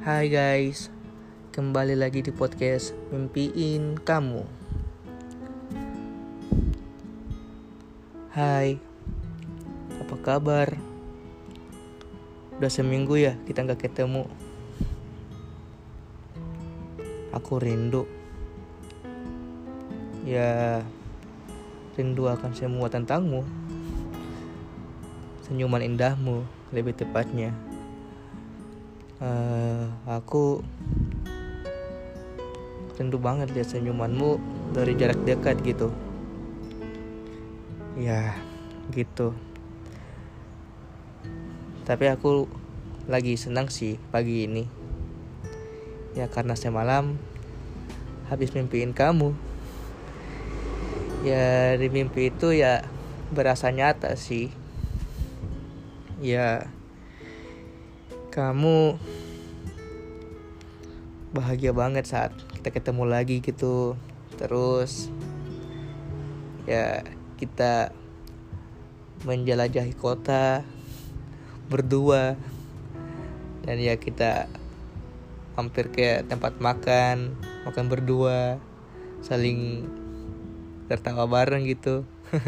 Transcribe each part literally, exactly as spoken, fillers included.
Hai guys, kembali lagi di podcast Mimpiin Kamu. Hai, apa kabar? Udah seminggu ya kita gak ketemu. Aku rindu. Ya, rindu akan semua tentangmu. Senyuman indahmu, lebih tepatnya. Uh, aku rindu banget lihat senyumanmu dari jarak dekat gitu. Ya, gitu. Tapi aku lagi senang sih pagi ini. Ya karena semalam habis mimpiin kamu. Ya di mimpi itu ya berasa nyata sih. Ya kamu bahagia banget saat kita ketemu lagi gitu. Terus ya kita menjelajahi kota berdua. Dan ya kita hampir ke tempat makan, makan berdua, saling tertawa bareng gitu.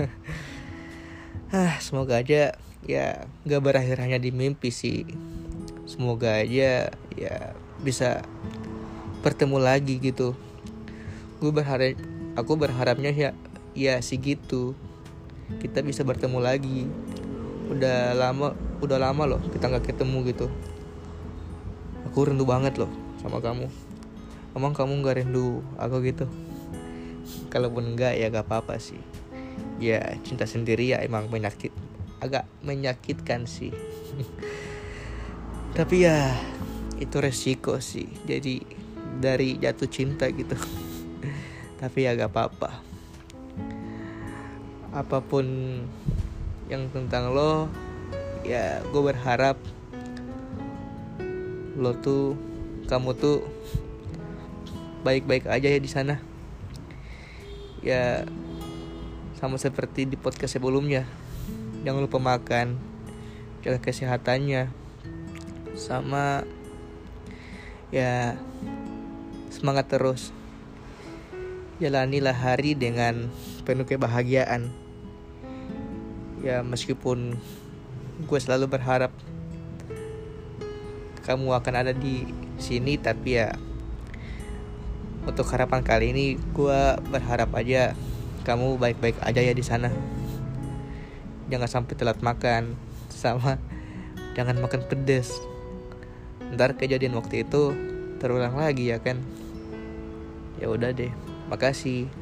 ah, Semoga aja ya gak berakhir hanya di mimpi sih. Semoga aja ya bisa bertemu lagi gitu. Gue berharap, aku berharapnya ya ya sih gitu. Kita bisa bertemu lagi. Udah lama, udah lama loh kita nggak ketemu gitu. Aku rindu banget loh sama kamu. Emang kamu nggak rindu aku gitu? Kalaupun enggak ya gak apa-apa sih. Ya cinta sendiri ya emang menyakit, agak menyakitkan sih. Tapi ya itu resiko sih. Jadi dari jatuh cinta gitu. Tapi ya gak apa-apa. Apapun yang tentang lo, ya gue berharap lo tuh, kamu tuh baik-baik aja ya di sana. Ya sama seperti di podcast sebelumnya, jangan lupa makan, jaga kesehatannya, sama ya semangat terus. Jalanilah hari dengan penuh kebahagiaan. Ya meskipun gue selalu berharap kamu akan ada di sini, tapi ya untuk harapan kali ini gue berharap aja kamu baik-baik aja ya di sana. Jangan sampai telat makan, sama jangan makan pedas. Ntar kejadian waktu itu terulang lagi ya kan. Ya udah deh, makasih.